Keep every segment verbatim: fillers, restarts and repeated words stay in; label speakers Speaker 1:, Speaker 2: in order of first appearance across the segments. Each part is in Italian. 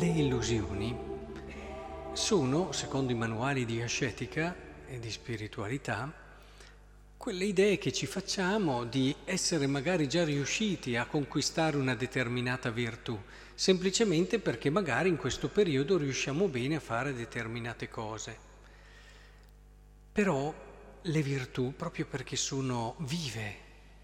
Speaker 1: Le illusioni sono, secondo i manuali di ascetica e di spiritualità, quelle idee che ci facciamo di essere magari già riusciti a conquistare una determinata virtù, semplicemente perché magari in questo periodo riusciamo bene a fare determinate cose. Però le virtù, proprio perché sono vive,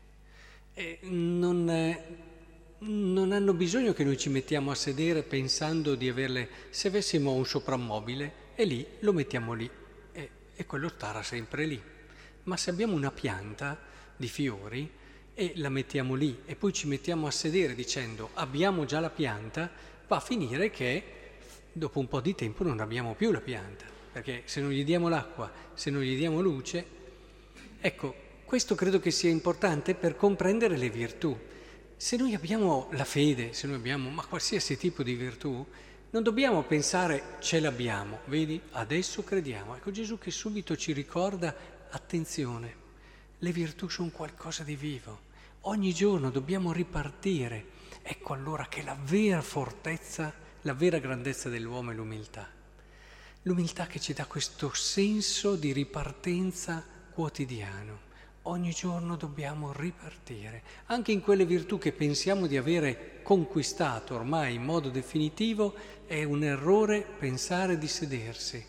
Speaker 1: eh, non... Eh, Non hanno bisogno che noi ci mettiamo a sedere pensando di averle. Se avessimo un soprammobile, è lì, lo mettiamo lì e, e quello starà sempre lì. Ma se abbiamo una pianta di fiori e la mettiamo lì e poi ci mettiamo a sedere dicendo abbiamo già la pianta, va a finire che dopo un po' di tempo non abbiamo più la pianta, perché se non gli diamo l'acqua, se non gli diamo luce, ecco, questo credo che sia importante per comprendere le virtù. Se noi abbiamo la fede, se noi abbiamo ma qualsiasi tipo di virtù, non dobbiamo pensare ce l'abbiamo, vedi, adesso crediamo. Ecco Gesù che subito ci ricorda, attenzione, le virtù sono qualcosa di vivo, ogni giorno dobbiamo ripartire. Ecco allora che la vera fortezza, la vera grandezza dell'uomo è l'umiltà. L'umiltà che ci dà questo senso di ripartenza quotidiano. Ogni giorno dobbiamo ripartire, anche in quelle virtù che pensiamo di avere conquistato ormai in modo definitivo, è un errore pensare di sedersi.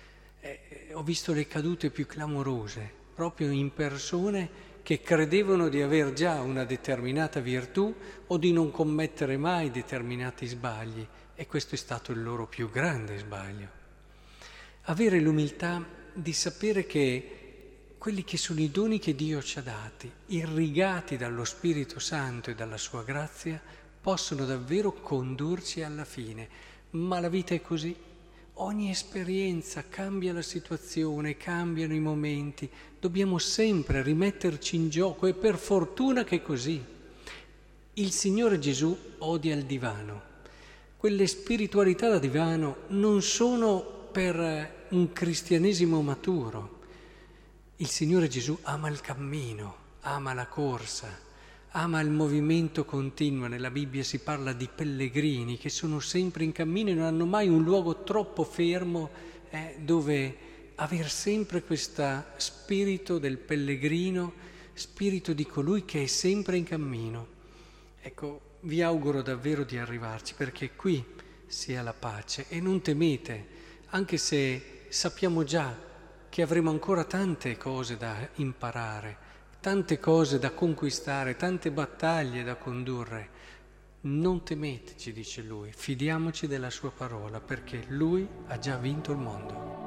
Speaker 1: Eh, ho visto le cadute più clamorose, proprio in persone che credevano di aver già una determinata virtù o di non commettere mai determinati sbagli, e questo è stato il loro più grande sbaglio. Avere l'umiltà di sapere che quelli che sono i doni che Dio ci ha dati, irrigati dallo Spirito Santo e dalla sua grazia, possono davvero condurci alla fine. Ma la vita è così. Ogni esperienza cambia la situazione, cambiano i momenti. Dobbiamo sempre rimetterci in gioco e per fortuna che è così. Il Signore Gesù odia il divano. Quelle spiritualità da divano non sono per un cristianesimo maturo. Il Signore Gesù ama il cammino, ama la corsa, ama il movimento continuo. Nella Bibbia si parla di pellegrini che sono sempre in cammino e non hanno mai un luogo troppo fermo eh, dove aver sempre questo spirito del pellegrino, spirito di colui che è sempre in cammino. Ecco, vi auguro davvero di arrivarci, perché qui sia la pace e non temete, anche se sappiamo già che avremo ancora tante cose da imparare, tante cose da conquistare, tante battaglie da condurre. Non temete, ci dice Lui, fidiamoci della sua parola, perché Lui ha già vinto il mondo.